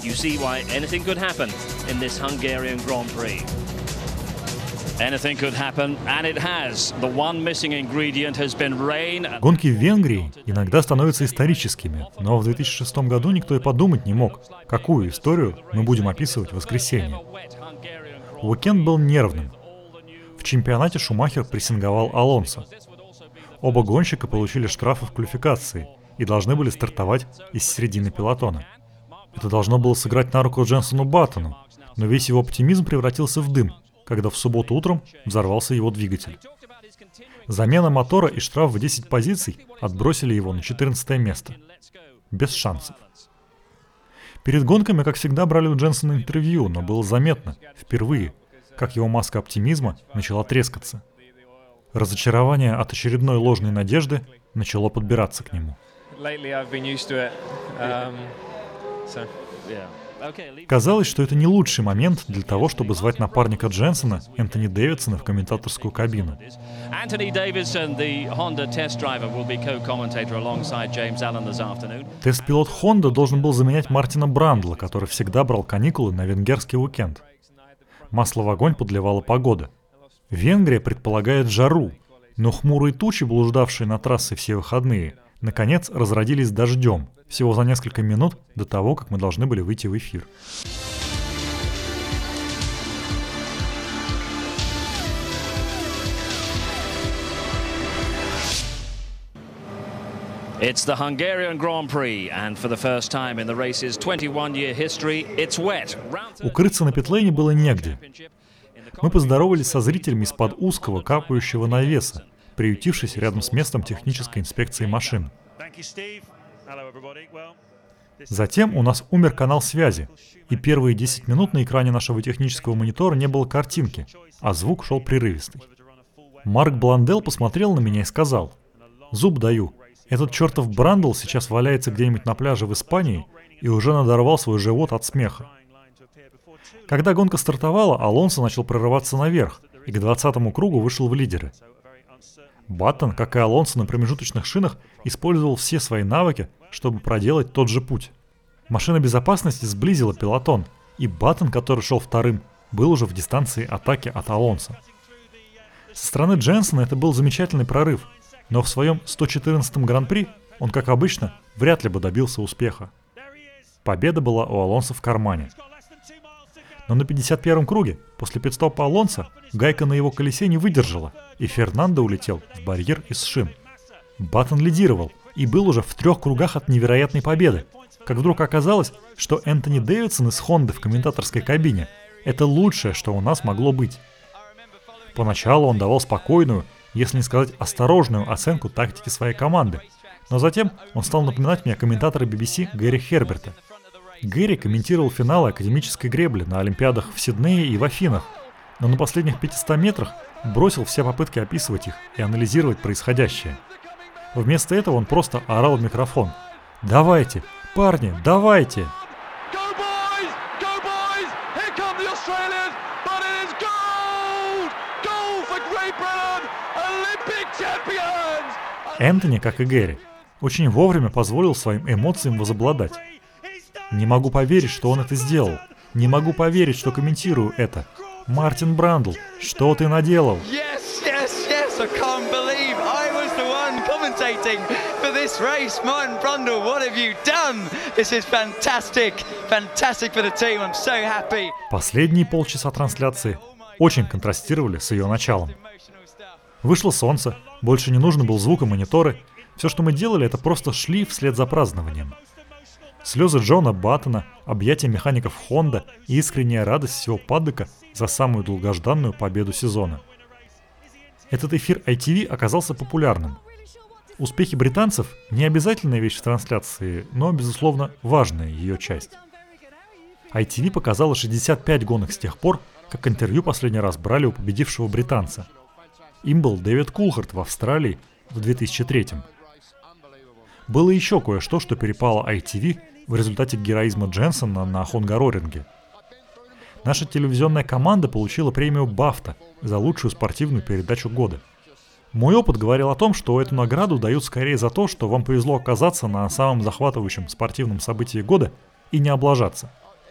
you see why anything could happen in this Hungarian Grand Prix. Anything could happen, and it has. The one missing ingredient has been rain. Гонки в Венгрии иногда становятся историческими, но в 2006 году никто и подумать не мог, какую историю мы будем описывать в воскресенье. Уикенд был нервным. В чемпионате Шумахер прессинговал Алонсо. Оба гонщика получили штрафы в квалификации и должны были стартовать из середины пелотона. Это должно было сыграть на руку Дженсону Баттону, но весь его оптимизм превратился в дым, когда в субботу утром взорвался его двигатель. Замена мотора и штраф в 10 позиций отбросили его на 14 место. Без шансов. Перед гонками, как всегда, брали у Дженсона интервью, но было заметно, впервые, как его маска оптимизма начала трескаться. Разочарование от очередной ложной надежды начало подбираться к нему. Казалось, что это не лучший момент для того, чтобы звать напарника Дженсона, Энтони Дэвидсона, в комментаторскую кабину. Тест-пилот Honda должен был заменять Мартина Брандла, который всегда брал каникулы на венгерский уикенд. Масло в огонь подливала погода. Венгрия предполагает жару, но хмурые тучи, блуждавшие на трассе все выходные, наконец разродились дождем, всего за несколько минут до того, как мы должны были выйти в эфир. It's the Hungarian Grand Prix, and for the first time in the race's 21-year history, it's wet. Укрыться на питлейне было негде. Мы поздоровались со зрителями из-под узкого, капающего навеса, приютившись рядом с местом технической инспекции машин. Затем у нас умер канал связи, и первые 10 минут на экране нашего технического монитора не было картинки, а звук шел прерывистый. Марк Бландел посмотрел на меня и сказал: «Зуб даю, этот чертов Брандл сейчас валяется где-нибудь на пляже в Испании и уже надорвал свой живот от смеха». Когда гонка стартовала, Алонсо начал прорываться наверх и к 20-му кругу вышел в лидеры. Баттон, как и Алонсо на промежуточных шинах, использовал все свои навыки, чтобы проделать тот же путь. Машина безопасности сблизила пелотон, и Баттон, который шел вторым, был уже в дистанции атаки от Алонсо. Со стороны Дженсона это был замечательный прорыв, но в своем 114-м гран-при он, как обычно, вряд ли бы добился успеха. Победа была у Алонсо в кармане. Но на 51-м круге, после пит-стопа Алонсо, гайка на его колесе не выдержала, и Фернандо улетел в барьер из шин. Баттон лидировал и был уже в 3 кругах от невероятной победы, как вдруг оказалось, что Энтони Дэвидсон из Хонды в комментаторской кабине – это лучшее, что у нас могло быть. Поначалу он давал спокойную, если не сказать осторожную оценку тактики своей команды, но затем он стал напоминать мне комментатора BBC Гэри Херберта. Гэри комментировал финалы академической гребли на Олимпиадах в Сиднее и в Афинах, но на последних 500 метрах бросил все попытки описывать их и анализировать происходящее. Вместо этого он просто орал в микрофон: «Давайте, парни, давайте!» Энтони, как и Гэри, очень вовремя позволил своим эмоциям возобладать. Не могу поверить, что он это сделал. Не могу поверить, что комментирую это. Мартин Брандл, что ты наделал? Последние полчаса трансляции очень контрастировали с ее началом. Вышло солнце, больше не нужно был звук и мониторы. Все, что мы делали, это просто шли вслед за празднованием. Слезы Джона Баттона, объятия механиков Honda и искренняя радость всего паддока за самую долгожданную победу сезона. Этот эфир ITV оказался популярным. Успехи британцев – не обязательная вещь в трансляции, но, безусловно, важная ее часть. ITV показала 65 гонок с тех пор, как интервью последний раз брали у победившего британца. Им был Дэвид Кулхарт в Австралии в 2003-м. Было еще кое-что, что перепало ITV в результате героизма Дженсона на Хунгарорингге. Наша телевизионная команда получила премию BAFTA за лучшую спортивную передачу года. Мой опыт говорил о том, что эту награду дают скорее за то, что вам повезло оказаться на самом захватывающем спортивном событии года и не облажаться.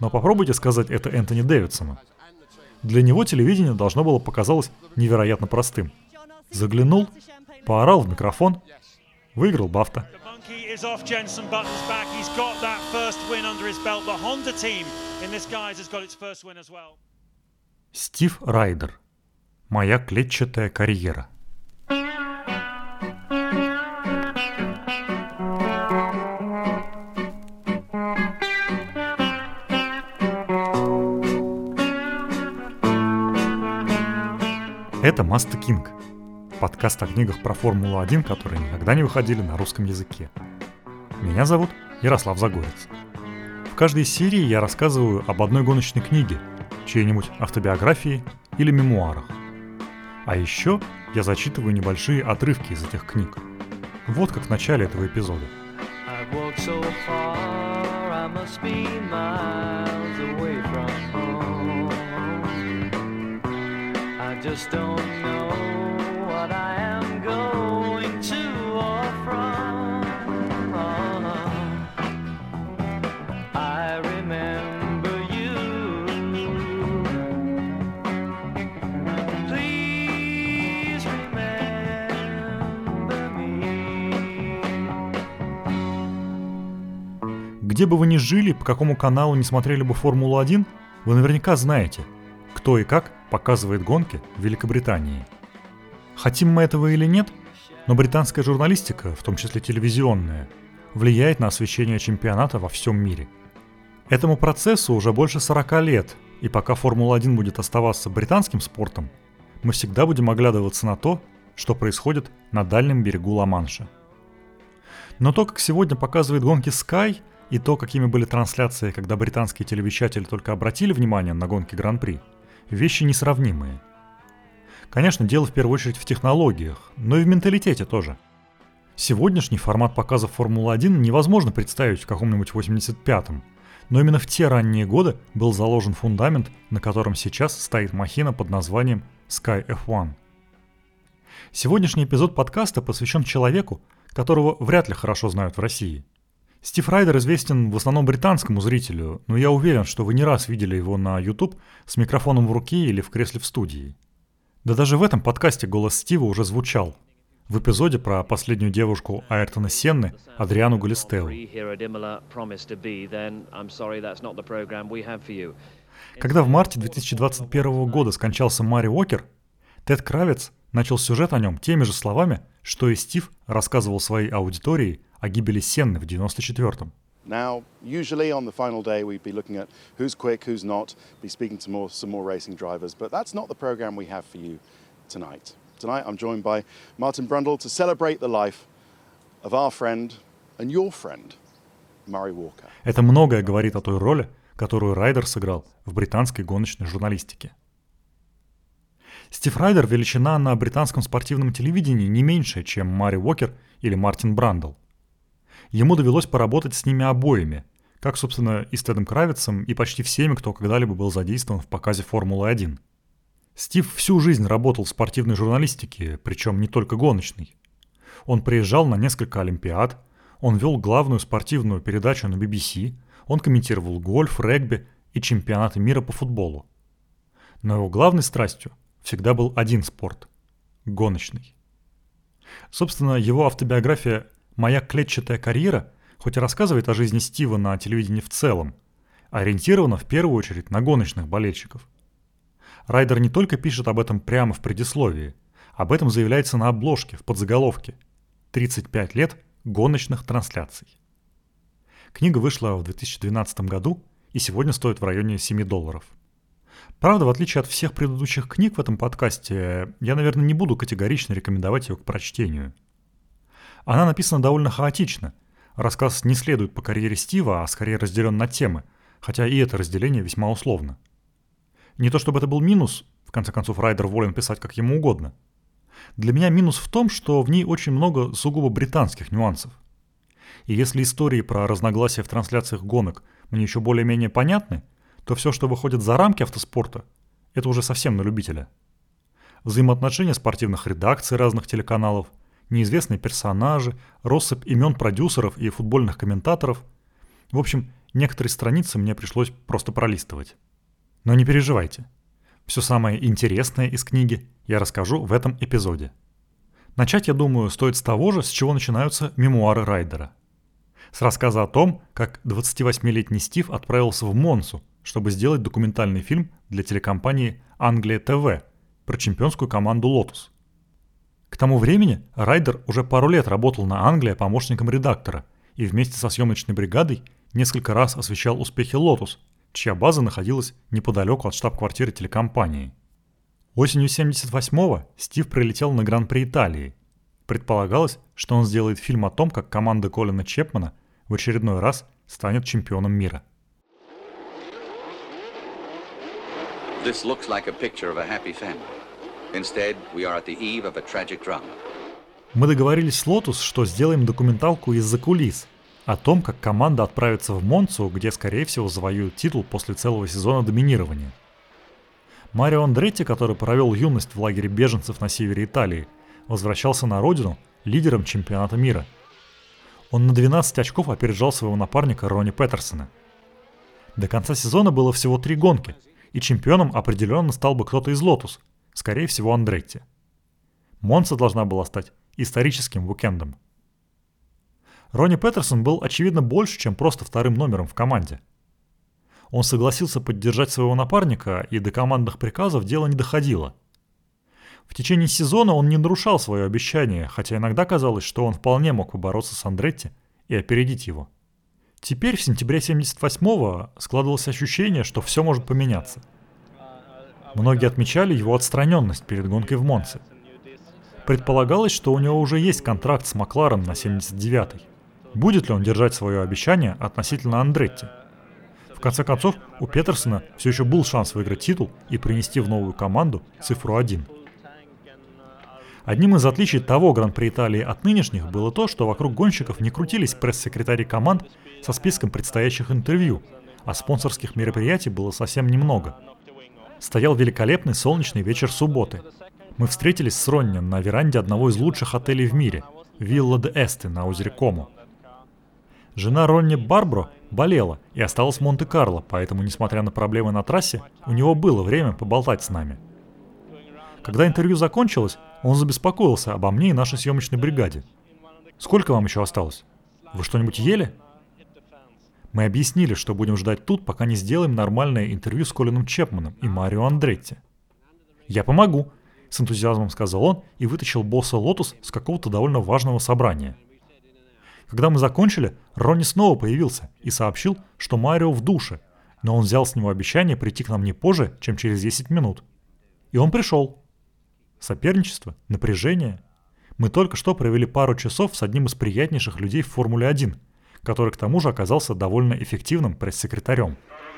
Но попробуйте сказать это Энтони Дэвидсону. Для него телевидение должно было показалось невероятно простым. Заглянул, поорал в микрофон, выиграл Бафта. Стив Райдер. Моя клетчатая карьера. Это Маста Кинг. Подкаст о книгах про Формулу-1, которые никогда не выходили на русском языке. Меня зовут Ярослав Загорец. В каждой серии я рассказываю об одной гоночной книге, чьей-нибудь автобиографии или мемуарах. А еще я зачитываю небольшие отрывки из этих книг. Вот как в начале этого эпизода. Just don't know what I am going to or from. I remember you. Please remember me. Где бы вы ни жили, по какому каналу не смотрели бы Формулу-1, вы наверняка знаете, кто и как показывает гонки в Великобритании. Хотим мы этого или нет, но британская журналистика, в том числе телевизионная, влияет на освещение чемпионата во всем мире. Этому процессу уже больше 40 лет, и пока Формула-1 будет оставаться британским спортом, мы всегда будем оглядываться на то, что происходит на дальнем берегу Ла-Манша. Но то, как сегодня показывает гонки Sky, и то, какими были трансляции, когда британские телевещатели только обратили внимание на гонки Гран-при, вещи несравнимые. Конечно, дело в первую очередь в технологиях, но и в менталитете тоже. Сегодняшний формат показа Формулы-1 невозможно представить в каком-нибудь 85-м, но именно в те ранние годы был заложен фундамент, на котором сейчас стоит махина под названием Sky F1. Сегодняшний эпизод подкаста посвящен человеку, которого вряд ли хорошо знают в России. Стив Райдер известен в основном британскому зрителю, но я уверен, что вы не раз видели его на YouTube с микрофоном в руке или в кресле в студии. Да даже в этом подкасте голос Стива уже звучал. В эпизоде про последнюю девушку Айртона Сенны, Адриану Галистеу. Когда в марте 2021 года скончался Мари Уокер, Тед Кравец начал сюжет о нем теми же словами, что и Стив рассказывал своей аудитории о гибели Сенны в 94-м. Now, usually on the final day we'd be looking at who's quick, who's not, be speaking to some more racing drivers, but that's not the program we have for you tonight. Tonight I'm joined by Martin Brundle to celebrate the life of our friend and your friend, Murray Walker. Это многое говорит о той роли, которую Райдер сыграл в британской гоночной журналистике. Стив Райдер величина на британском спортивном телевидении не меньшая, чем Мари Уокер или Мартин Брандл. Ему довелось поработать с ними обоими, как, собственно, и с Тедом Кравицем, и почти всеми, кто когда-либо был задействован в показе Формулы-1. Стив всю жизнь работал в спортивной журналистике, причем не только гоночной. Он приезжал на несколько олимпиад, он вел главную спортивную передачу на BBC, он комментировал гольф, регби и чемпионаты мира по футболу. Но его главной страстью всегда был один спорт – гоночный. Собственно, его автобиография «Моя клетчатая карьера» хоть и рассказывает о жизни Стива на телевидении в целом, ориентирована в первую очередь на гоночных болельщиков. Райдер не только пишет об этом прямо в предисловии, об этом заявляется на обложке, в подзаголовке «35 лет гоночных трансляций». Книга вышла в 2012 году и сегодня стоит в районе $7. Правда, в отличие от всех предыдущих книг в этом подкасте, я, наверное, не буду категорично рекомендовать ее к прочтению. Она написана довольно хаотично. Рассказ не следует по карьере Стива, а скорее разделен на темы, хотя и это разделение весьма условно. Не то чтобы это был минус, в конце концов Райдер волен писать как ему угодно. Для меня минус в том, что в ней очень много сугубо британских нюансов. И если истории про разногласия в трансляциях гонок мне еще более-менее понятны, то все, что выходит за рамки автоспорта, это уже совсем на любителя. Взаимоотношения спортивных редакций разных телеканалов, неизвестные персонажи, россыпь имен продюсеров и футбольных комментаторов. В общем, некоторые страницы мне пришлось просто пролистывать. Но не переживайте. Все самое интересное из книги я расскажу в этом эпизоде. Начать, я думаю, стоит с того же, с чего начинаются мемуары Райдера. С рассказа о том, как 28-летний Стив отправился в Монсу, чтобы сделать документальный фильм для телекомпании «Англия ТВ» про чемпионскую команду «Лотус». К тому времени Райдер уже пару лет работал на «Англия» помощником редактора и вместе со съемочной бригадой несколько раз освещал успехи «Лотус», чья база находилась неподалеку от штаб-квартиры телекомпании. Осенью 1978-го Стив прилетел на Гран-при Италии. Предполагалось, что он сделает фильм о том, как команда Колина Чепмана в очередной раз станет чемпионом мира. This looks like a picture of a happy family. Instead, we are at the eve of a tragic drama. Мы договорились с Lotus, что сделаем документалку из-за кулис о том, как команда отправится в Монцу, где, скорее всего, завоюет титул после целого сезона доминирования. Марио Андретти, который провел юность в лагере беженцев на севере Италии, возвращался на родину лидером чемпионата мира. Он на 12 очков опережал своего напарника Ронни Петерсона. До конца сезона было всего 3 гонки, и чемпионом определенно стал бы кто-то из Lotus, скорее всего Андретти. Монца должна была стать историческим уикендом. Ронни Петерсон был, очевидно, больше, чем просто вторым номером в команде. Он согласился поддержать своего напарника, и до командных приказов дело не доходило. В течение сезона он не нарушал свое обещание, хотя иногда казалось, что он вполне мог побороться с Андретти и опередить его. Теперь, в сентябре 1978-го, складывалось ощущение, что все может поменяться. Многие отмечали его отстраненность перед гонкой в Монце. Предполагалось, что у него уже есть контракт с Макларен на 79-й. Будет ли он держать свое обещание относительно Андретти? В конце концов, у Петерсона все еще был шанс выиграть титул и принести в новую команду цифру 1. Одним из отличий того Гран-при Италии от нынешних было то, что вокруг гонщиков не крутились пресс-секретари команд со списком предстоящих интервью, а спонсорских мероприятий было совсем немного. Стоял великолепный солнечный вечер субботы. Мы встретились с Ронни на веранде одного из лучших отелей в мире – Вилла де Эсте на озере Комо. Жена Ронни, Барбро, болела и осталась в Монте-Карло, поэтому, несмотря на проблемы на трассе, у него было время поболтать с нами. Когда интервью закончилось, он забеспокоился обо мне и нашей съемочной бригаде. «Сколько вам еще осталось? Вы что-нибудь ели?» Мы объяснили, что будем ждать тут, пока не сделаем нормальное интервью с Колином Чепманом и Марио Андретти. «Я помогу», — с энтузиазмом сказал он и вытащил босса Lotus с какого-то довольно важного собрания. Когда мы закончили, Ронни снова появился и сообщил, что Марио в душе, но он взял с него обещание прийти к нам не позже, чем через 10 минут. И он пришел. Соперничество, напряжение. Мы только что провели пару часов с одним из приятнейших людей в Формуле-1, который к тому же оказался довольно эффективным пресс-секретарем.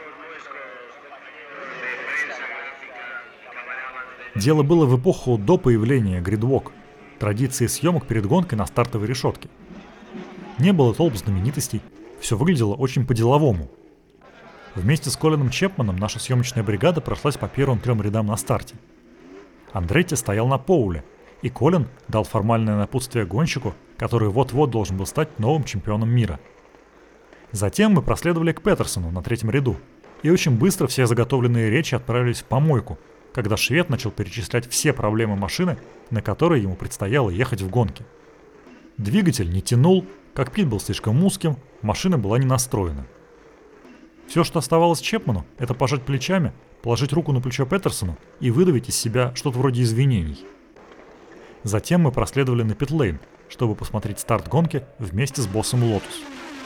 Дело было в эпоху до появления гридвок, традиции съемок перед гонкой на стартовой решетке. Не было толп знаменитостей, все выглядело очень по-деловому. Вместе с Колином Чепманом наша съемочная бригада прошлась по первым 3 рядам на старте. Андретти стоял на поуле, и Колин дал формальное напутствие гонщику, который вот-вот должен был стать новым чемпионом мира. Затем мы проследовали к Петерсону на 3-м ряду, и очень быстро все заготовленные речи отправились в помойку, когда швед начал перечислять все проблемы машины, на которые ему предстояло ехать в гонке. Двигатель не тянул, кокпит был слишком узким, машина была не настроена. Все, что оставалось Чепману, это пожать плечами, положить руку на плечо Петерсону и выдавить из себя что-то вроде извинений. Затем мы проследовали на питлейн, чтобы посмотреть старт гонки вместе с боссом Lotus.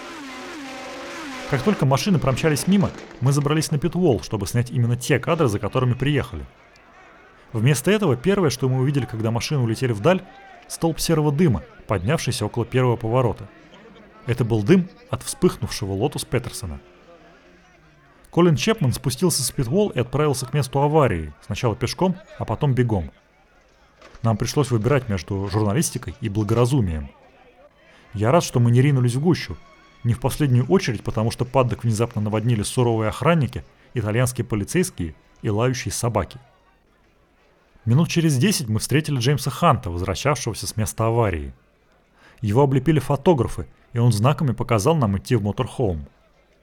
Как только машины промчались мимо, мы забрались на питволл, чтобы снять именно те кадры, за которыми приехали. Вместо этого первое, что мы увидели, когда машины улетели вдаль, столб серого дыма, поднявшийся около первого поворота. Это был дым от вспыхнувшего Lotus Петерсона. Колин Чепман спустился с питволл и отправился к месту аварии, сначала пешком, а потом бегом. Нам пришлось выбирать между журналистикой и благоразумием. Я рад, что мы не ринулись в гущу, не в последнюю очередь, потому что паддок внезапно наводнили суровые охранники, итальянские полицейские и лающие собаки. Минут через 10 мы встретили Джеймса Ханта, возвращавшегося с места аварии. Его облепили фотографы, и он знаками показал нам идти в моторхоум.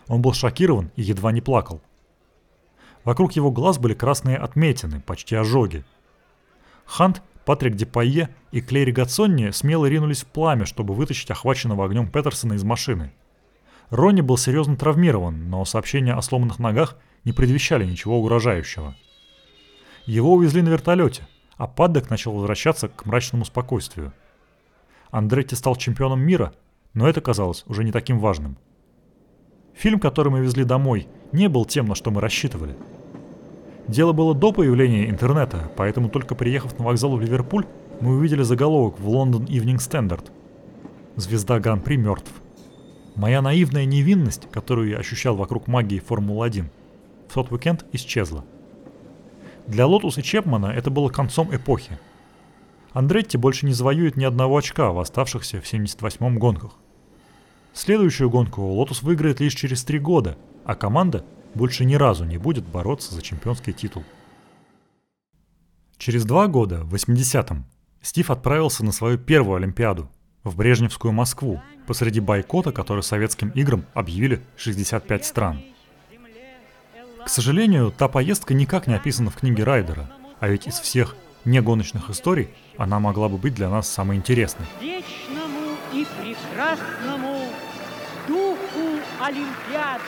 Он был шокирован и едва не плакал. Вокруг его глаз были красные отметины, почти ожоги. Хант, Патрик Депайе и Клей Ригацонни смело ринулись в пламя, чтобы вытащить охваченного огнем Петерсона из машины. Ронни был серьезно травмирован, но сообщения о сломанных ногах не предвещали ничего угрожающего. Его увезли на вертолете, а Паддок начал возвращаться к мрачному спокойствию. Андретти стал чемпионом мира, но это казалось уже не таким важным. Фильм, который мы везли домой, не был тем, на что мы рассчитывали. Дело было до появления интернета, поэтому только приехав на вокзал в Ливерпуль, мы увидели заголовок в London Evening Standard. Звезда Гран-при мертв. Моя наивная невинность, которую я ощущал вокруг магии Формулы-1, в тот уикенд исчезла. Для Лотус и Чепмана это было концом эпохи. Андретти больше не завоюет ни одного очка в оставшихся в 78-м гонках. Следующую гонку Лотус выиграет лишь через 3 года, а команда больше ни разу не будет бороться за чемпионский титул. Через 2 года, в 80-м, Стив отправился на свою первую Олимпиаду, в Брежневскую Москву, посреди бойкота, который советским играм объявили 65 стран. К сожалению, та поездка никак не описана в книге Райдера, а ведь из всех негоночных историй она могла бы быть для нас самой интересной. Вечному и прекрасному духу Олимпиады.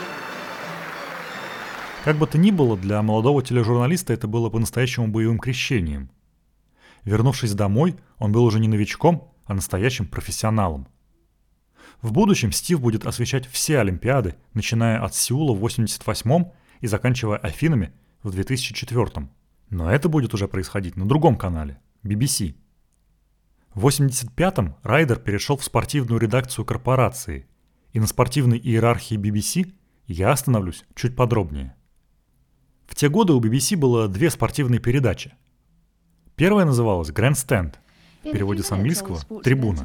Как бы то ни было, для молодого тележурналиста это было по-настоящему боевым крещением. Вернувшись домой, он был уже не новичком, а настоящим профессионалом. В будущем Стив будет освещать все Олимпиады, начиная от Сеула в 88-м и заканчивая Афинами в 2004-м. Но это будет уже происходить на другом канале – BBC. В 85-м Райдер перешел в спортивную редакцию корпорации, и на спортивной иерархии BBC я остановлюсь чуть подробнее. В те годы у BBC было 2 спортивные передачи. Первая называлась «Grandstand», в переводе с английского «Трибуна».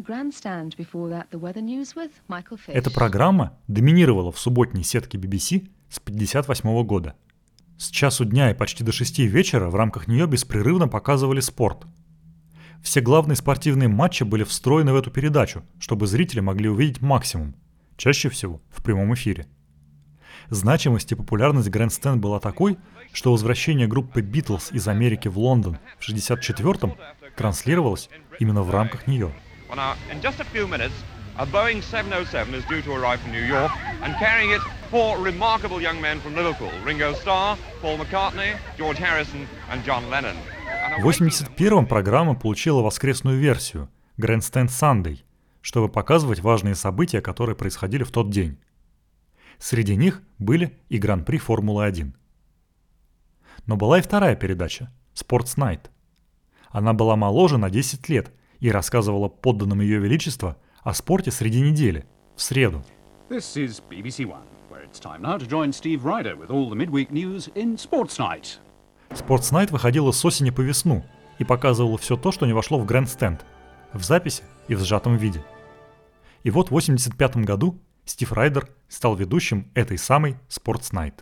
Эта программа доминировала в субботней сетке BBC с 1958 года. С часу дня и почти до 6 вечера в рамках нее беспрерывно показывали спорт. Все главные спортивные матчи были встроены в эту передачу, чтобы зрители могли увидеть максимум, чаще всего в прямом эфире. Значимость и популярность Grandstand была такой, что возвращение группы Beatles из Америки в Лондон в 1964-м транслировалось именно в рамках нее. A Boeing 707 is due to arrive from New York, and carrying it 4 remarkable young men from Liverpool: Ringo Starr, Paul McCartney, George Harrison and John Lennon. В 1981-м программа получила воскресную версию Grandstand Sunday, чтобы показывать важные события, которые происходили в тот день. Среди них были и Гран-при Формулы-1. Но была и вторая передача Sports Night. Она была моложе на 10 лет и рассказывала подданным Ее Величества о спорте среди недели, в среду. This is BBC One, where it's time now to join Steve Ryder with all the midweek news in Sports Night. Sports Night выходила с осени по весну и показывала все то, что не вошло в Grandstand, в записи и в сжатом виде. И вот в 1985 году Стив Райдер стал ведущим этой самой Sports Night.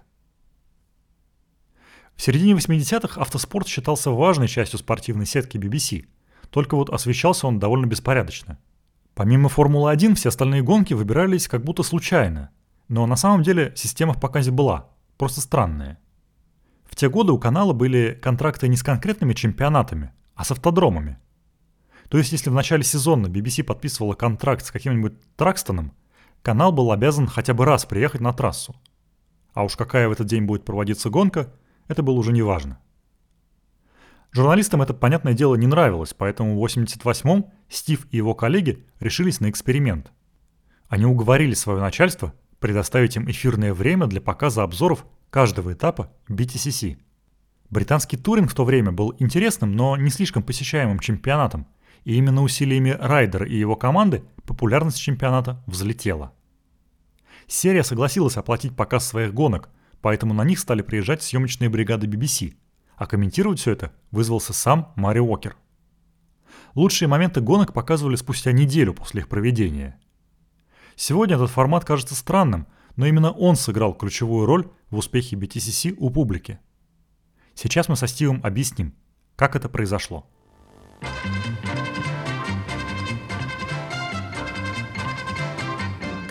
В середине 80-х автоспорт считался важной частью спортивной сетки BBC, только вот освещался он довольно беспорядочно. Помимо Формулы-1 все остальные гонки выбирались как будто случайно, но на самом деле система в показе была, просто странная. В те годы у канала были контракты не с конкретными чемпионатами, а с автодромами. То есть если в начале сезона BBC подписывала контракт с каким-нибудь Тракстоном, канал был обязан хотя бы раз приехать на трассу. А уж какая в этот день будет проводиться гонка, это было уже не важно. Журналистам это, понятное дело, не нравилось, поэтому в 1988-м Стив и его коллеги решились на эксперимент. Они уговорили свое начальство предоставить им эфирное время для показа обзоров каждого этапа BTCC. Британский туринг в то время был интересным, но не слишком посещаемым чемпионатом, и именно усилиями Райдера и его команды популярность чемпионата взлетела. Серия согласилась оплатить показ своих гонок, поэтому на них стали приезжать съемочные бригады BBC, а комментировать все это вызвался сам Мари Уокер. Лучшие моменты гонок показывали спустя неделю после их проведения. Сегодня этот формат кажется странным, но именно он сыграл ключевую роль в успехе BTCC у публики. Сейчас мы со Стивом объясним, как это произошло.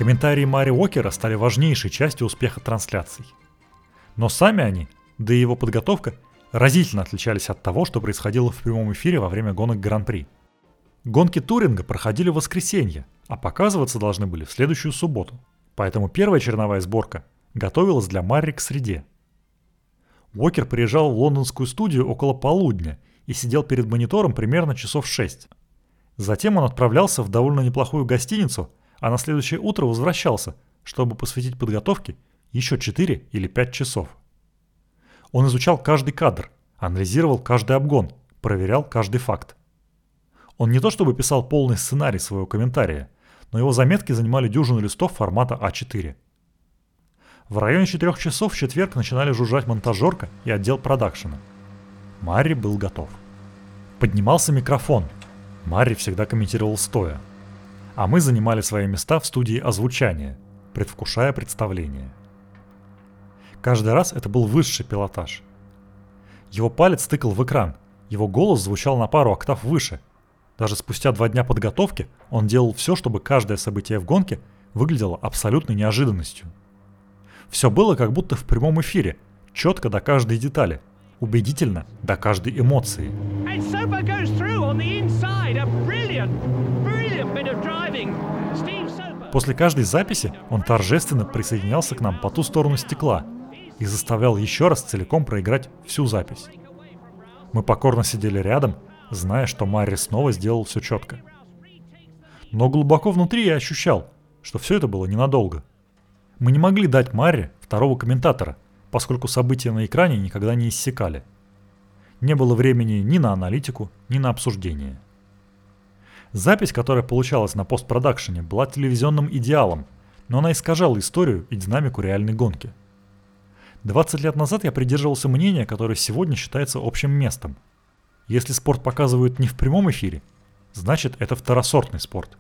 Комментарии Мари Уокера стали важнейшей частью успеха трансляций. Но сами они, да и его подготовка, разительно отличались от того, что происходило в прямом эфире во время гонок Гран-при. Гонки Туринга проходили в воскресенье, а показываться должны были в следующую субботу. Поэтому первая черновая сборка готовилась для Марри к среде. Уокер приезжал в лондонскую студию около полудня и сидел перед монитором примерно часов 6. Затем он отправлялся в довольно неплохую гостиницу, а на следующее утро возвращался, чтобы посвятить подготовке еще 4 или 5 часов. Он изучал каждый кадр, анализировал каждый обгон, проверял каждый факт. Он не то чтобы писал полный сценарий своего комментария, но его заметки занимали дюжину листов формата А4. В районе 4 часов в четверг начинали жужжать монтажерка и отдел продакшена. Марри был готов. Поднимался микрофон. Марри всегда комментировал стоя. А мы занимали свои места в студии озвучания, предвкушая представление. Каждый раз это был высший пилотаж. Его палец тыкал в экран, его голос звучал на пару октав выше. Даже спустя 2 дня подготовки он делал все, чтобы каждое событие в гонке выглядело абсолютной неожиданностью. Все было как будто в прямом эфире, четко до каждой детали, убедительно до каждой эмоции. После каждой записи он торжественно присоединялся к нам по ту сторону стекла и заставлял еще раз целиком проиграть всю запись. Мы покорно сидели рядом, зная, что Марри снова сделал все четко. Но глубоко внутри я ощущал, что все это было ненадолго. Мы не могли дать Марри второго комментатора, поскольку события на экране никогда не иссякали. Не было времени ни на аналитику, ни на обсуждение. Запись, которая получалась на постпродакшене, была телевизионным идеалом, но она искажала историю и динамику реальной гонки. 20 лет назад я придерживался мнения, которое сегодня считается общим местом. Если спорт показывают не в прямом эфире, значит это второсортный спорт.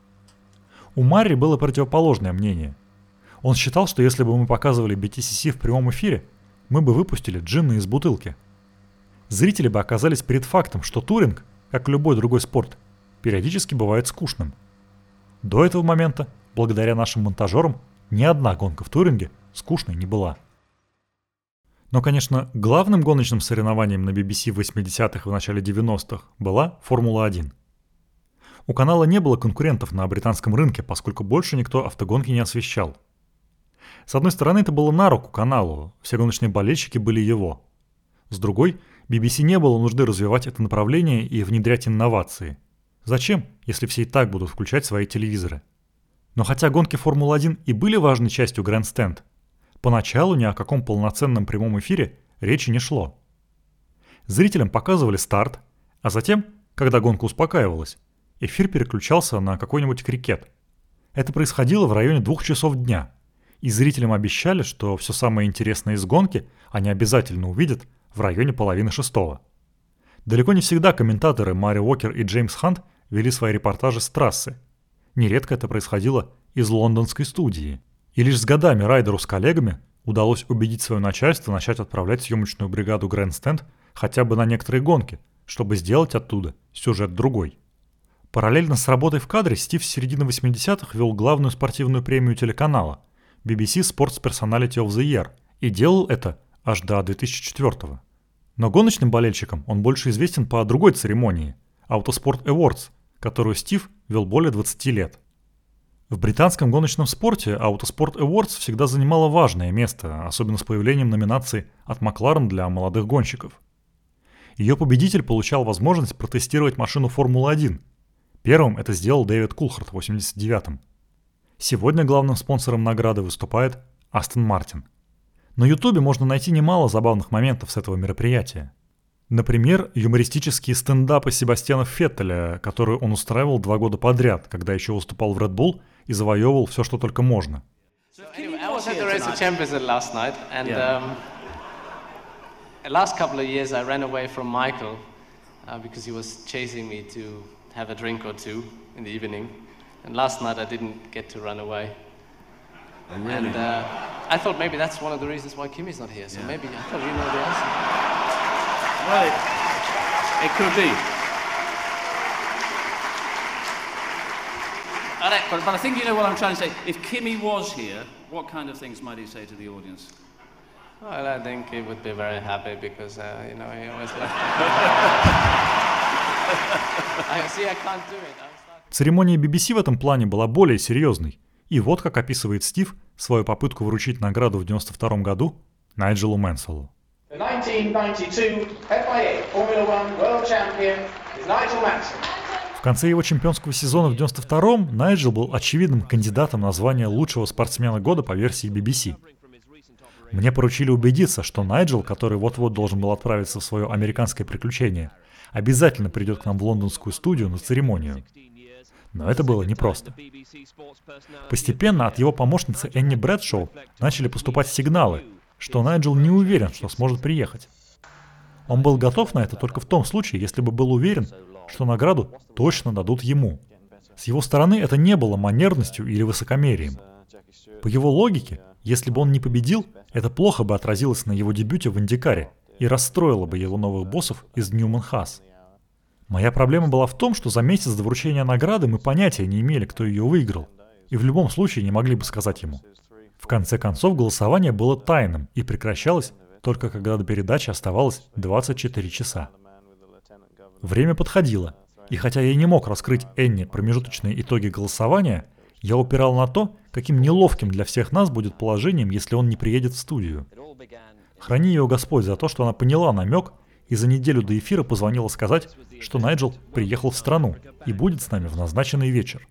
У Марри было противоположное мнение. Он считал, что если бы мы показывали BTCC в прямом эфире, мы бы выпустили джинны из бутылки. Зрители бы оказались перед фактом, что туринг, как любой другой спорт, периодически бывает скучным. До этого момента, благодаря нашим монтажерам, ни одна гонка в туринге скучной не была. Но, конечно, главным гоночным соревнованием на BBC в 80-х и в начале 90-х была Формула-1. У канала не было конкурентов на британском рынке, поскольку больше никто автогонки не освещал. С одной стороны, это было на руку каналу, все гоночные болельщики были его. С другой, BBC не было нужды развивать это направление и внедрять инновации. Зачем, если все и так будут включать свои телевизоры? Но хотя гонки Формулы-1 и были важной частью Гранд-стенд, поначалу ни о каком полноценном прямом эфире речи не шло. Зрителям показывали старт, а затем, когда гонка успокаивалась, эфир переключался на какой-нибудь крикет. Это происходило в районе 2 часов дня, и зрителям обещали, что все самое интересное из гонки они обязательно увидят в районе 5:30. Далеко не всегда комментаторы Мари Уокер и Джеймс Хант вели свои репортажи с трассы. Нередко это происходило из лондонской студии. И лишь с годами райдеру с коллегами удалось убедить свое начальство начать отправлять съемочную бригаду Гранд-стенд хотя бы на некоторые гонки, чтобы сделать оттуда сюжет другой. Параллельно с работой в кадре Стив с середины 80-х вел главную спортивную премию телеканала BBC Sports Personality of the Year и делал это аж до 2004-го. Но гоночным болельщикам он больше известен по другой церемонии – Autosport Awards, которую Стив вел более 20 лет. В британском гоночном спорте Autosport Awards всегда занимала важное место, особенно с появлением номинаций от McLaren для молодых гонщиков. Ее победитель получал возможность протестировать машину Формулы-1. Первым это сделал Дэвид Кулхарт в 89-м. Сегодня главным спонсором награды выступает Астон Мартин. На Ютубе можно найти немало забавных моментов с этого мероприятия. Например, юмористические стендапы Себастьяна Феттеля, которые он устраивал 2 года подряд, когда еще выступал в Red Bull и завоевывал все, что только можно. Last couple of years I ran away from Michael because he was chasing me to have a drink or two in the evening. And last night I didn't get to run away. And I thought maybe that's one of the reasons why Kimi's not here. So maybe I thought you know the answer. Well, it could be. But I think you know what I'm trying to say. If Kimi was here, what kind of things might he say to the audience? Well, I think he would be very happy because, he always like... I can't do it. Церемония BBC в этом плане была более серьезной. И вот как описывает Стив свою попытку вручить награду в 1992 году Найджелу Мэнселу. The 1992 FIA Formula One World Champion is Nigel Mansell. В конце его чемпионского сезона в 1992-м Найджел был очевидным кандидатом на звание лучшего спортсмена года по версии BBC. Мне поручили убедиться, что Найджел, который вот-вот должен был отправиться в свое американское приключение, обязательно придет к нам в лондонскую студию на церемонию. Но это было непросто. Постепенно от его помощницы Энни Брэдшоу начали поступать сигналы, что Найджел не уверен, что сможет приехать. Он был готов на это только в том случае, если бы был уверен, что награду точно дадут ему. С его стороны это не было манерностью или высокомерием. По его логике, если бы он не победил, это плохо бы отразилось на его дебюте в Индикаре и расстроило бы его новых боссов из Ньюман Хаас. Моя проблема была в том, что за месяц до вручения награды мы понятия не имели, кто ее выиграл, и в любом случае не могли бы сказать ему. В конце концов, голосование было тайным и прекращалось только когда до передачи оставалось 24 часа. Время подходило, и хотя я не мог раскрыть Энни промежуточные итоги голосования, я упирал на то, каким неловким для всех нас будет положением, если он не приедет в студию. Храни ее Господь за то, что она поняла намек и за неделю до эфира позвонила сказать, что Найджел приехал в страну и будет с нами в назначенный вечер.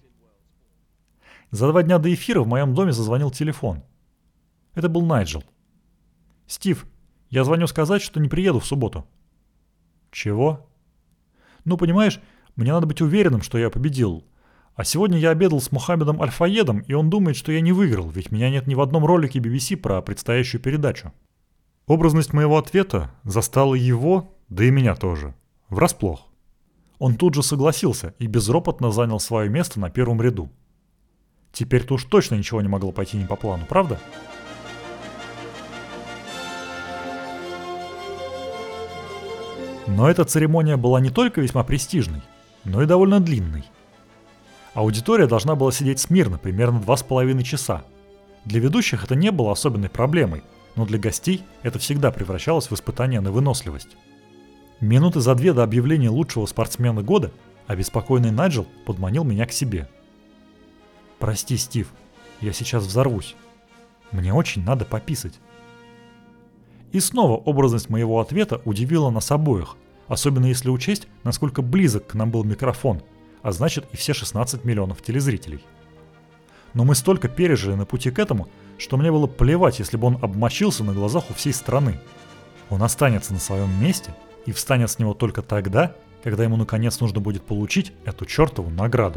За 2 дня до эфира в моем доме зазвонил телефон. Это был Найджел. «Стив, я звоню сказать, что не приеду в субботу». «Чего?» «Ну, понимаешь, мне надо быть уверенным, что я победил. А сегодня я обедал с Мухаммедом Аль-Фаедом, и он думает, что я не выиграл, ведь меня нет ни в одном ролике BBC про предстоящую передачу». Образность моего ответа застала его, да и меня тоже, врасплох. Он тут же согласился и безропотно занял свое место на первом ряду. Теперь-то уж точно ничего не могло пойти не по плану, правда? Но эта церемония была не только весьма престижной, но и довольно длинной. Аудитория должна была сидеть смирно примерно 2,5 часа. Для ведущих это не было особенной проблемой, но для гостей это всегда превращалось в испытание на выносливость. Минуты за 2 до объявления лучшего спортсмена года обеспокоенный Найджел подманил меня к себе. «Прости, Стив, я сейчас взорвусь. Мне очень надо пописать». И снова образность моего ответа удивила нас обоих, особенно если учесть, насколько близок к нам был микрофон, а значит и все 16 миллионов телезрителей. Но мы столько пережили на пути к этому, что мне было плевать, если бы он обмочился на глазах у всей страны. Он останется на своем месте и встанет с него только тогда, когда ему наконец нужно будет получить эту чертову награду.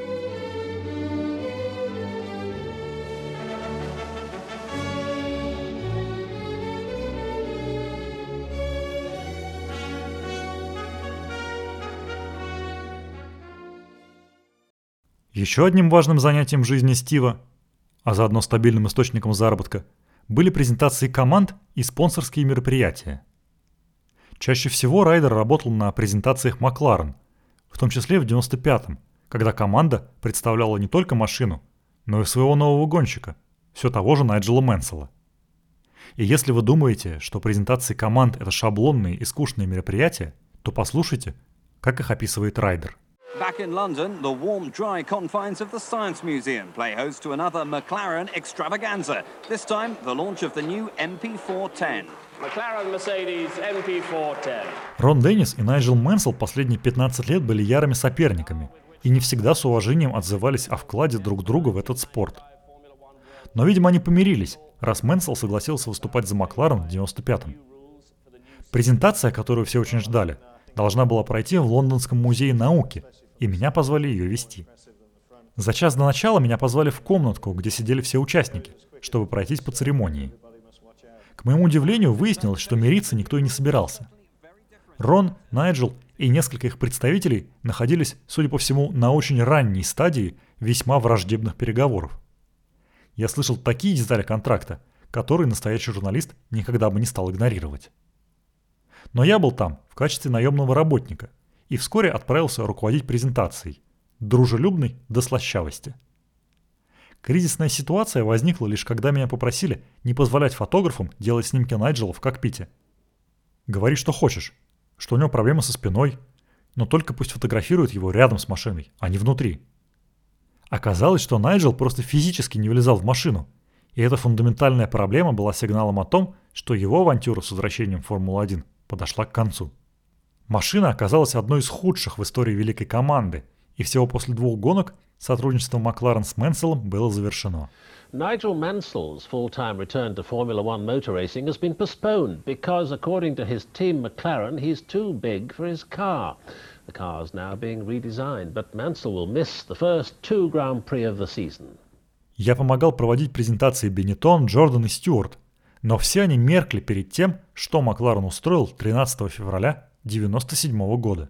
Еще одним важным занятием в жизни Стива, а заодно стабильным источником заработка, были презентации команд и спонсорские мероприятия. Чаще всего Райдер работал на презентациях Макларен, в том числе в 95-м, когда команда представляла не только машину, но и своего нового гонщика, все того же Найджела Мэнсела. И если вы думаете, что презентации команд – это шаблонные и скучные мероприятия, то послушайте, как их описывает Райдер. Back in London, the warm, dry confines of the Science Museum play host to another McLaren extravaganza. This time, the launch of the new MP410. McLaren Mercedes MP410. Рон Деннис и Найджел Мэнсел последние 15 лет были ярыми соперниками и не всегда с уважением отзывались о вкладе друг друга в этот спорт. Но, видимо, они помирились, раз Мэнсел согласился выступать за Макларен в 95-м. Презентация, которую все очень ждали, должна была пройти в Лондонском музее науки, и меня позвали ее вести. За час до начала меня позвали в комнатку, где сидели все участники, чтобы пройтись по церемонии. К моему удивлению, выяснилось, что мириться никто и не собирался. Рон, Найджел и несколько их представителей находились, судя по всему, на очень ранней стадии весьма враждебных переговоров. Я слышал такие детали контракта, которые настоящий журналист никогда бы не стал игнорировать. Но я был там в качестве наемного работника и вскоре отправился руководить презентацией, дружелюбной до слащавости. Кризисная ситуация возникла лишь когда меня попросили не позволять фотографам делать снимки Найджела в кокпите. Говори, что хочешь, что у него проблемы со спиной, но только пусть фотографируют его рядом с машиной, а не внутри. Оказалось, что Найджел просто физически не влезал в машину, и эта фундаментальная проблема была сигналом о том, что его авантюра с возвращением в Формулу-1 подошла к концу. Машина оказалась одной из худших в истории великой команды, и всего после 2 гонок сотрудничество Макларен с Менселом было завершено. Nigel Mansell's full-time return to Formula One motor racing has been postponed because, according to his team McLaren, he's too big for his car. The car is now being redesigned, but Mansell will miss the first 2 Grand Prix of the season. Я помогал проводить презентации Бенеттон, Джордан и Стюарт, но все они меркли перед тем, что Макларен устроил 13 февраля 1997 года.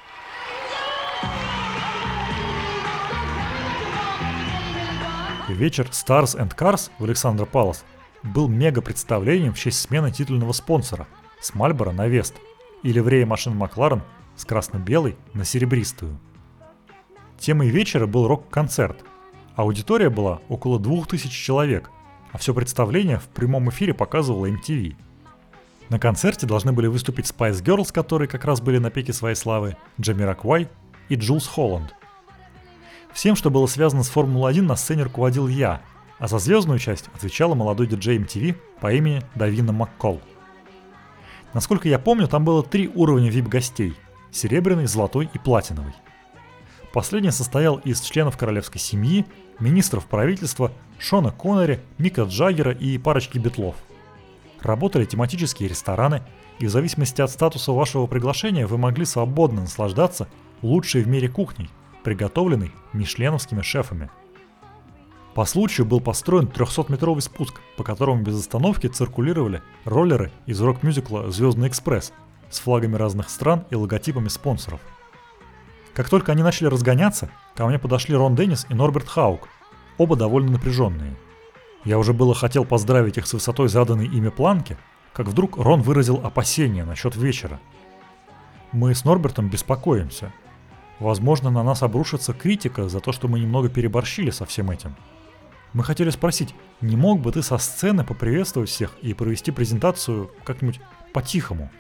Вечер Stars and Cars в Александра Палас был мега-представлением в честь смены титульного спонсора с Мальборо на Вест и ливрея машин Макларен с красно-белой на серебристую. Темой вечера был рок-концерт. Аудитория была около 2000 человек, а все представление в прямом эфире показывала MTV. На концерте должны были выступить Spice Girls, которые как раз были на пике своей славы, Джамироквай и Джулс Холланд. Всем, что было связано с Формулой-1, на сцене руководил я, а за звездную часть отвечала молодой диджей MTV по имени Давина Маккол. Насколько я помню, там было 3 уровня VIP-гостей – серебряный, золотой и платиновый. Последний состоял из членов королевской семьи, министров правительства, Шона Коннери, Мика Джаггера и парочки битлов. Работали тематические рестораны, и в зависимости от статуса вашего приглашения вы могли свободно наслаждаться лучшей в мире кухней, приготовленной мишленовскими шефами. По случаю был построен 300-метровый спуск, по которому без остановки циркулировали роллеры из рок-мюзикла «Звездный экспресс» с флагами разных стран и логотипами спонсоров. Как только они начали разгоняться, ко мне подошли Рон Деннис и Норберт Хаук, оба довольно напряженные. Я уже было хотел поздравить их с высотой заданной ими планки, как вдруг Рон выразил опасения насчет вечера. Мы с Норбертом беспокоимся. Возможно, на нас обрушится критика за то, что мы немного переборщили со всем этим. Мы хотели спросить, не мог бы ты со сцены поприветствовать всех и провести презентацию как-нибудь по-тихому?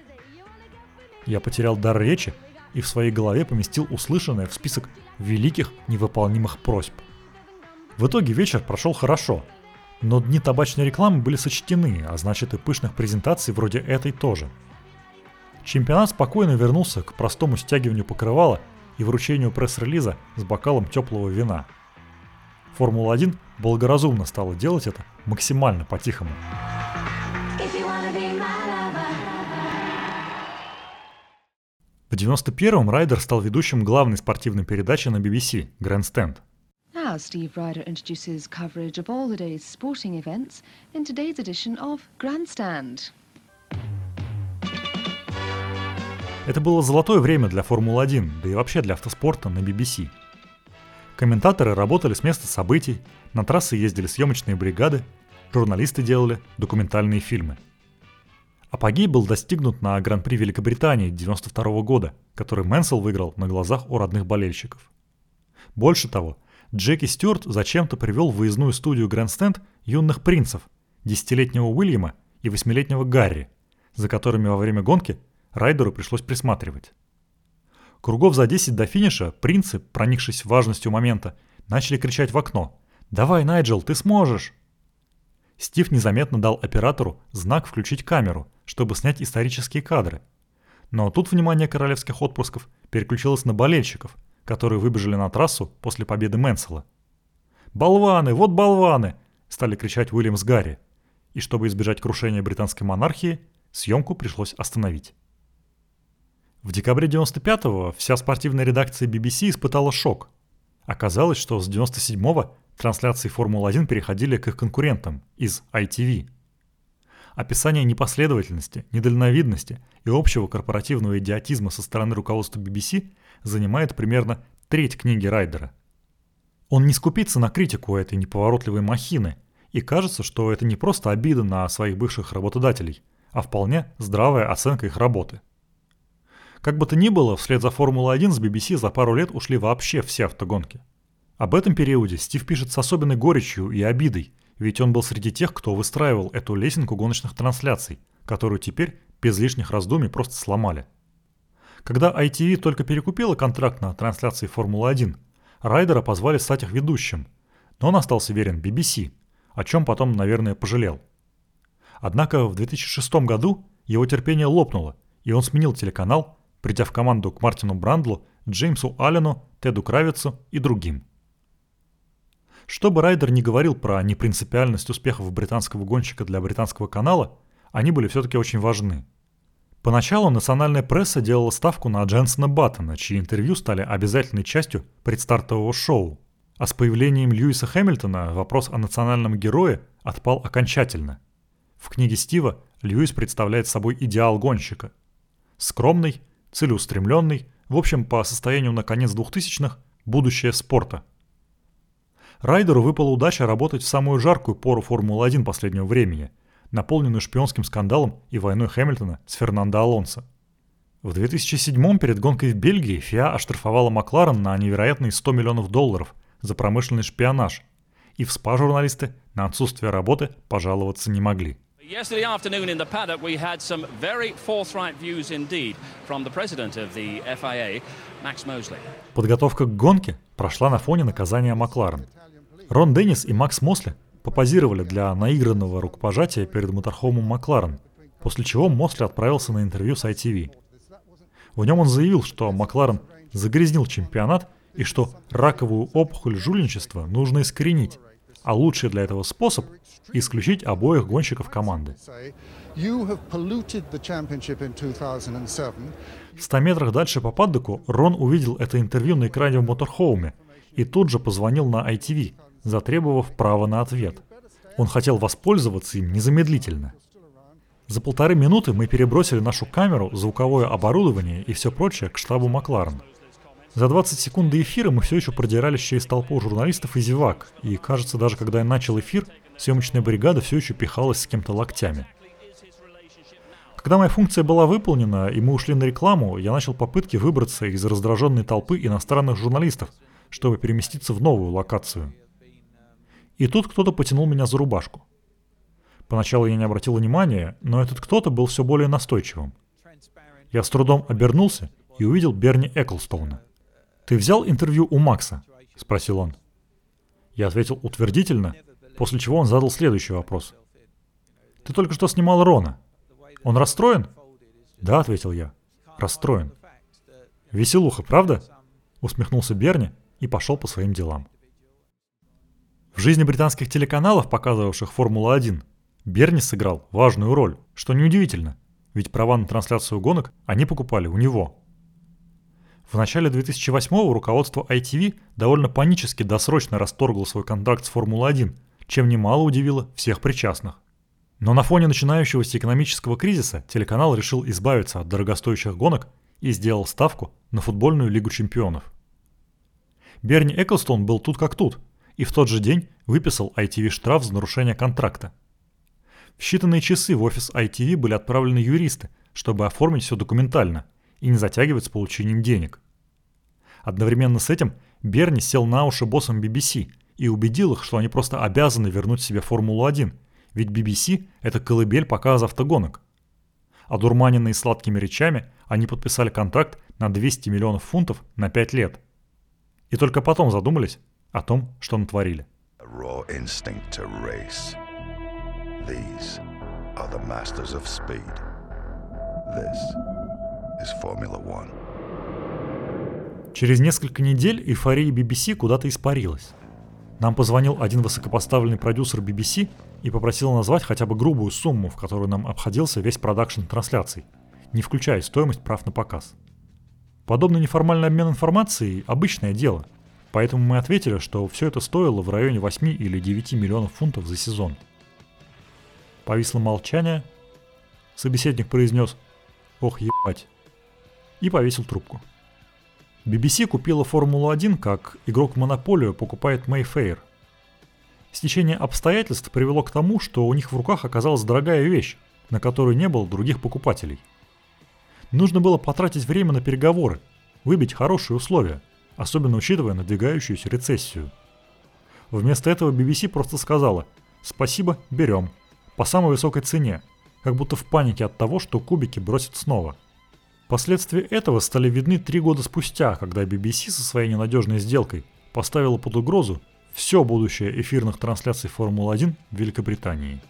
Я потерял дар речи и в своей голове поместил услышанное в список великих невыполнимых просьб. В итоге вечер прошел хорошо, но дни табачной рекламы были сочтены, а значит и пышных презентаций вроде этой тоже. Чемпионат спокойно вернулся к простому стягиванию покрывала и вручению пресс-релиза с бокалом теплого вина. Формула-1 благоразумно стала делать это максимально по-тихому. В 91-м Райдер стал ведущим главной спортивной передачи на BBC «Grandstand». Now Steve Ryder introduces coverage of all the day's sporting events in today's edition of Grandstand. Это было золотое время для Формулы-1, да и вообще для автоспорта на BBC. Комментаторы работали с места событий, на трассы ездили съемочные бригады, журналисты делали документальные фильмы. Апогей был достигнут на Гран-при Великобритании 1992 года, который Мэнсел выиграл на глазах у родных болельщиков. Больше того, Джеки Стюарт зачем-то привел в выездную студию Грандстенд юных принцев, 10-летнего Уильяма и 8-летнего Гарри, за которыми во время гонки Райдеру пришлось присматривать. Кругов за 10 до финиша принцы, проникшись важностью момента, начали кричать в окно: «Давай, Найджел, ты сможешь!». Стив незаметно дал оператору знак включить камеру, чтобы снять исторические кадры. Но тут внимание королевских отпрысков переключилось на болельщиков, которые выбежали на трассу после победы Мэнсела. «Болваны, вот болваны!» – стали кричать Уильям с Гарри. И чтобы избежать крушения британской монархии, съемку пришлось остановить. В декабре 95-го вся спортивная редакция BBC испытала шок. Оказалось, что с 97-го трансляции Формулы-1 переходили к их конкурентам из ITV. Описание непоследовательности, недальновидности и общего корпоративного идиотизма со стороны руководства BBC занимает примерно треть книги Райдера. Он не скупится на критику этой неповоротливой махины, и кажется, что это не просто обида на своих бывших работодателей, а вполне здравая оценка их работы. Как бы то ни было, вслед за Формулой-1 с BBC за пару лет ушли вообще все автогонки. Об этом периоде Стив пишет с особенной горечью и обидой, ведь он был среди тех, кто выстраивал эту лесенку гоночных трансляций, которую теперь без лишних раздумий просто сломали. Когда ITV только перекупила контракт на трансляции Формулы-1, Райдера позвали стать их ведущим, но он остался верен BBC, о чем потом, наверное, пожалел. Однако в 2006 году его терпение лопнуло, и он сменил телеканал, придя в команду к Мартину Брандлу, Джеймсу Аллену, Теду Кравицу и другим. Что бы Райдер ни говорил про непринципиальность успехов британского гонщика для британского канала, они были все-таки очень важны. Поначалу национальная пресса делала ставку на Дженсона Баттона, чьи интервью стали обязательной частью предстартового шоу. А с появлением Льюиса Хэмилтона вопрос о национальном герое отпал окончательно. В книге Стива Льюис представляет собой идеал гонщика. Скромный, целеустремленный, в общем, по состоянию на конец 2000-х – будущее спорта. Райдеру выпала удача работать в самую жаркую пору Формулы-1 последнего времени, наполненную шпионским скандалом и войной Хэмилтона с Фернандо Алонсо. В 2007-м перед гонкой в Бельгии ФИА оштрафовала Макларен на невероятные $100 миллионов за промышленный шпионаж, и в СПА журналисты на отсутствие работы пожаловаться не могли. Yesterday afternoon in the paddock we had some very forthright views indeed from the president of the FIA, Max Mosley. Подготовка к гонке прошла на фоне наказания Макларен. Рон Деннис и Макс Мосли попозировали для наигранного рукопожатия перед моторхоумом Макларен, после чего Мосли отправился на интервью с ITV. В нем он заявил, что Макларен загрязнил чемпионат и что раковую опухоль жульничества нужно искоренить, а лучший для этого способ – исключить обоих гонщиков команды. В 100 метрах дальше по паддоку Рон увидел это интервью на экране в моторхоуме и тут же позвонил на ITV, затребовав право на ответ. Он хотел воспользоваться им незамедлительно. За 1,5 минуты мы перебросили нашу камеру, звуковое оборудование и все прочее к штабу Макларен. За 20 секунд до эфира мы все еще продирались через толпу журналистов и зевак, и, кажется, даже когда я начал эфир, съемочная бригада все еще пихалась с кем-то локтями. Когда моя функция была выполнена и мы ушли на рекламу, я начал попытки выбраться из раздраженной толпы иностранных журналистов, чтобы переместиться в новую локацию. И тут кто-то потянул меня за рубашку. Поначалу я не обратил внимания, но этот кто-то был все более настойчивым. Я с трудом обернулся и увидел Берни Эклстоуна. «Ты взял интервью у Макса?» – спросил он. Я ответил утвердительно, после чего он задал следующий вопрос. «Ты только что снимал Рона. Он расстроен?» «Да», – ответил я. «Расстроен». «Веселуха, правда?» – усмехнулся Берни и пошел по своим делам. В жизни британских телеканалов, показывавших Формулу-1, Берни сыграл важную роль, что неудивительно, ведь права на трансляцию гонок они покупали у него. В начале 2008-го руководство ITV довольно панически досрочно расторгло свой контракт с Формулой-1, чем немало удивило всех причастных. Но на фоне начинающегося экономического кризиса телеканал решил избавиться от дорогостоящих гонок и сделал ставку на футбольную Лигу чемпионов. Берни Эклстоун был тут как тут, и в тот же день выписал ITV штраф за нарушение контракта. В считанные часы в офис ITV были отправлены юристы, чтобы оформить все документально и не затягивать с получением денег. Одновременно с этим Берни сел на уши боссам BBC и убедил их, что они просто обязаны вернуть себе Формулу-1, ведь BBC – это колыбель показа автогонок. Одурманенные сладкими речами, они подписали контракт на 200 миллионов фунтов на 5 лет. И только потом задумались о том, что натворили. These are the masters of speed. This is Formula One. Через несколько недель эйфория BBC куда-то испарилась. Нам позвонил один высокопоставленный продюсер BBC и попросил назвать хотя бы грубую сумму, в которую нам обходился весь продакшн трансляций, не включая стоимость прав на показ. Подобный неформальный обмен информацией – обычное дело, поэтому мы ответили, что все это стоило в районе 8 или 9 миллионов фунтов за сезон. Повисло молчание. Собеседник произнес «Ох, ебать!» и повесил трубку. BBC купила Формулу-1, как игрок в монополию покупает Mayfair. Стечение обстоятельств привело к тому, что у них в руках оказалась дорогая вещь, на которую не было других покупателей. Нужно было потратить время на переговоры, выбить хорошие условия, особенно учитывая надвигающуюся рецессию. Вместо этого BBC просто сказала «Спасибо, берем», по самой высокой цене, как будто в панике от того, что кубики бросят снова. Последствия этого стали видны 3 года спустя, когда BBC со своей ненадежной сделкой поставила под угрозу все будущее эфирных трансляций Формулы-1 в Великобритании.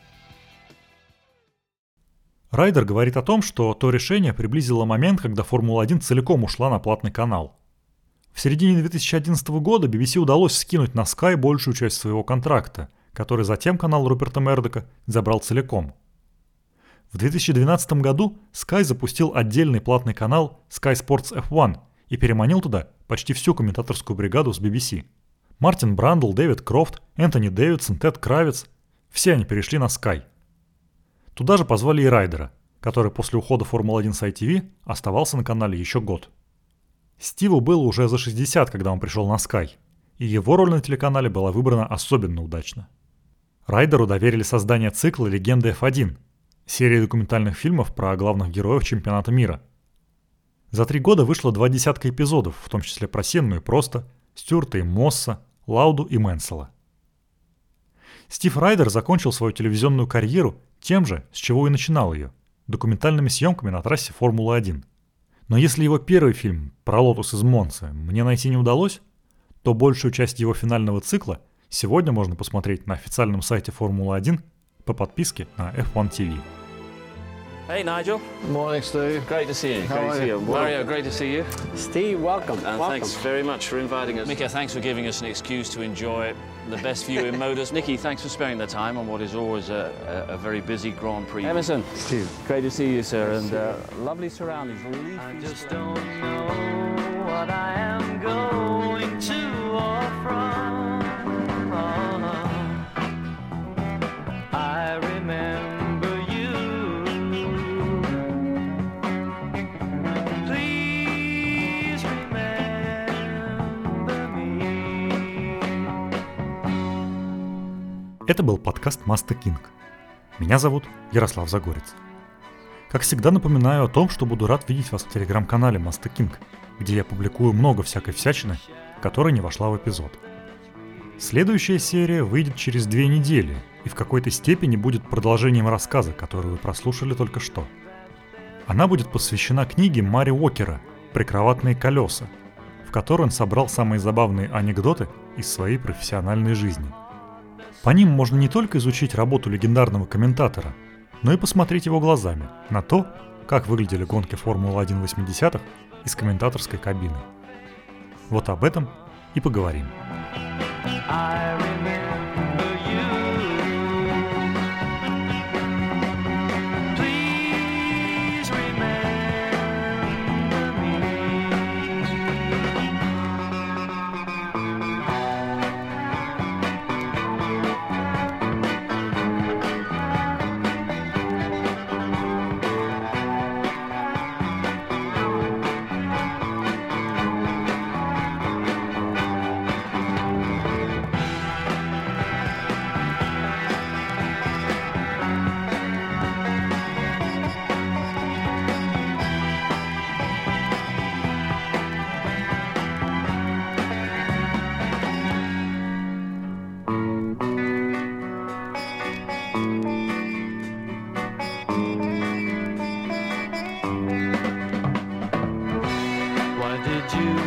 Райдер говорит о том, что то решение приблизило момент, когда Формула-1 целиком ушла на платный канал. В середине 2011 года BBC удалось скинуть на Sky большую часть своего контракта, который затем канал Руперта Мердока забрал целиком. В 2012 году Sky запустил отдельный платный канал Sky Sports F1 и переманил туда почти всю комментаторскую бригаду с BBC. Мартин Брандл, Дэвид Крофт, Энтони Дэвидсон, Тед Кравиц – все они перешли на Sky. Туда же позвали и Райдера, который после ухода Формулы-1 с ITV оставался на канале еще год. Стиву было уже за 60, когда он пришел на Sky, и его роль на телеканале была выбрана особенно удачно. Райдеру доверили создание цикла «Легенды F1», серии документальных фильмов про главных героев чемпионата мира. За 3 года вышло 20 эпизодов, в том числе про Сенну и Проста, Стюарта и Мосса, Лауду и Менсела. Стив Райдер закончил свою телевизионную карьеру тем же, с чего и начинал ее – документальными съемками на трассе Формулы-1. Но если его первый фильм про Лотус из Монцы мне найти не удалось, то большую часть его финального цикла сегодня можно посмотреть на официальном сайте Формулы-1 по подписке на F1 TV. Hey, Nigel. Morning, Steve. Great to see you. How are you? Mario, great to see you. Steve, welcome. Thanks very much for inviting us. Mika, thanks for giving us an excuse to enjoy the best view in motors. Nikki, thanks for sparing the time on what is always a very busy Grand Prix. Emerson, Steve. great to see you, sir, and lovely surroundings. I just don't know what I am going to or from. I remember you. Please remember me. Это был подкаст Master King. Меня зовут Ярослав Загорец. Как всегда напоминаю о том, что буду рад видеть вас в телеграм-канале Master King, где я публикую много всякой всячины, которая не вошла в эпизод. Следующая серия выйдет через 2 недели и в какой-то степени будет продолжением рассказа, который вы прослушали только что. Она будет посвящена книге Мари Уокера «Прикроватные колеса», в которой он собрал самые забавные анекдоты из своей профессиональной жизни. По ним можно не только изучить работу легендарного комментатора, но и посмотреть его глазами на то, как выглядели гонки Формулы-1 80-х из комментаторской кабины. Вот об этом и поговорим. Why did you